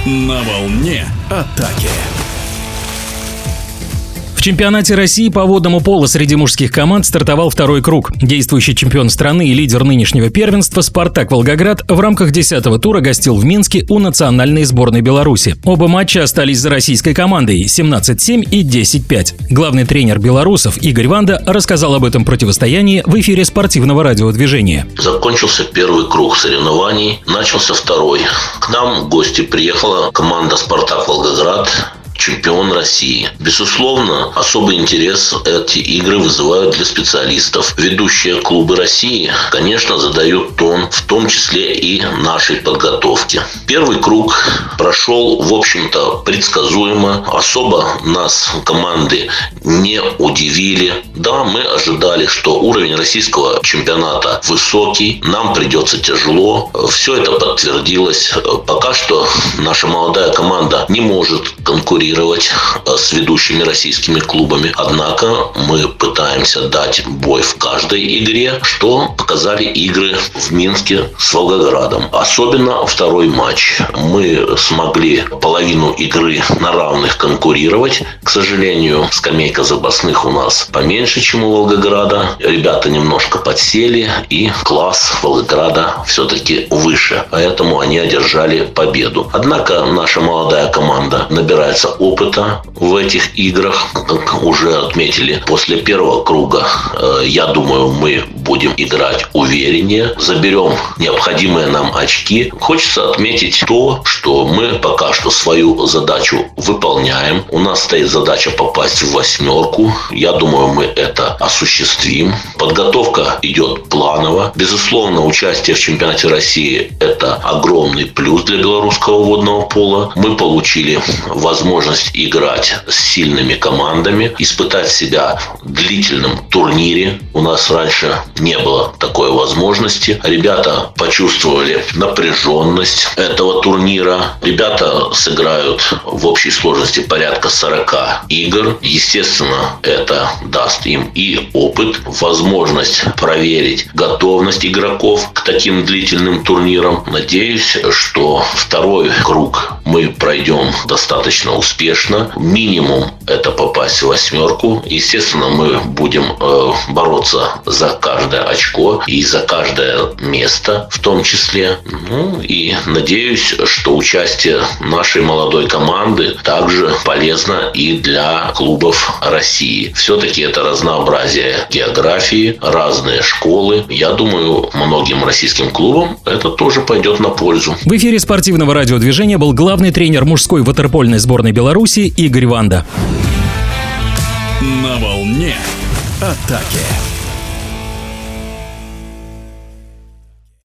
На волне атаки. В чемпионате России по водному поло среди мужских команд стартовал второй круг. Действующий чемпион страны и лидер нынешнего первенства «Спартак Волгоград» в рамках 10-го тура гостил в Минске у национальной сборной Беларуси. Оба матча остались за российской командой – 17-7 и 10-5. Главный тренер белорусов Игорь Ванда рассказал об этом противостоянии в эфире спортивного радиодвижения. Закончился первый круг соревнований, начался второй. К нам в гости приехала команда «Спартак Волгоград», чемпион России. Безусловно, особый интерес эти игры вызывают для специалистов. Ведущие клубы России, конечно, задают тон, в том числе и нашей подготовке. Первый круг прошел, в общем-то, предсказуемо. Особо нас команды не удивили. Да, мы ожидали, что уровень российского чемпионата высокий, нам придется тяжело. Все это подтвердилось. Пока что наша молодая команда не может конкурировать с ведущими российскими клубами. Однако мы пытаемся дать бой в каждой игре, что показали игры в Минске с Волгоградом. Особенно второй матч. Мы смогли половину игры на равных конкурировать. К сожалению, скамейка запасных у нас поменьше, чем у Волгограда. Ребята немножко подсели, и класс Волгограда все-таки выше. Поэтому они одержали победу. Однако наша молодая команда набирается опыта в этих играх. Как уже отметили, после первого круга, я думаю, мы будем играть увереннее, заберем необходимые нам очки. Хочется отметить то, что мы пока что свою задачу выполняем. У нас стоит задача попасть в 8. Я думаю, мы это осуществим. Подготовка идет планово. Безусловно, участие в чемпионате России – это огромный плюс для белорусского водного пола. Мы получили возможность играть с сильными командами, испытать себя в длительном турнире. У нас раньше не было такой возможности. Ребята почувствовали напряженность этого турнира. Ребята сыграют в общей сложности порядка 40 игр. Естественно, это даст им и опыт, возможность проверить готовность игроков к таким длительным турнирам. Надеюсь, что второй круг мы пройдем достаточно успешно. Минимум это попасть в 8. Естественно, мы будем бороться за каждое очко и за каждое место в том числе. И надеюсь, что участие нашей молодой команды также полезно и для клубов России. Все-таки это разнообразие географии, разные школы. Я думаю, многим российским клубам это тоже пойдет на пользу. В эфире спортивного радиодвижения был главный тренер мужской ватерпольной сборной Беларуси Игорь Ванда. На волне атаки.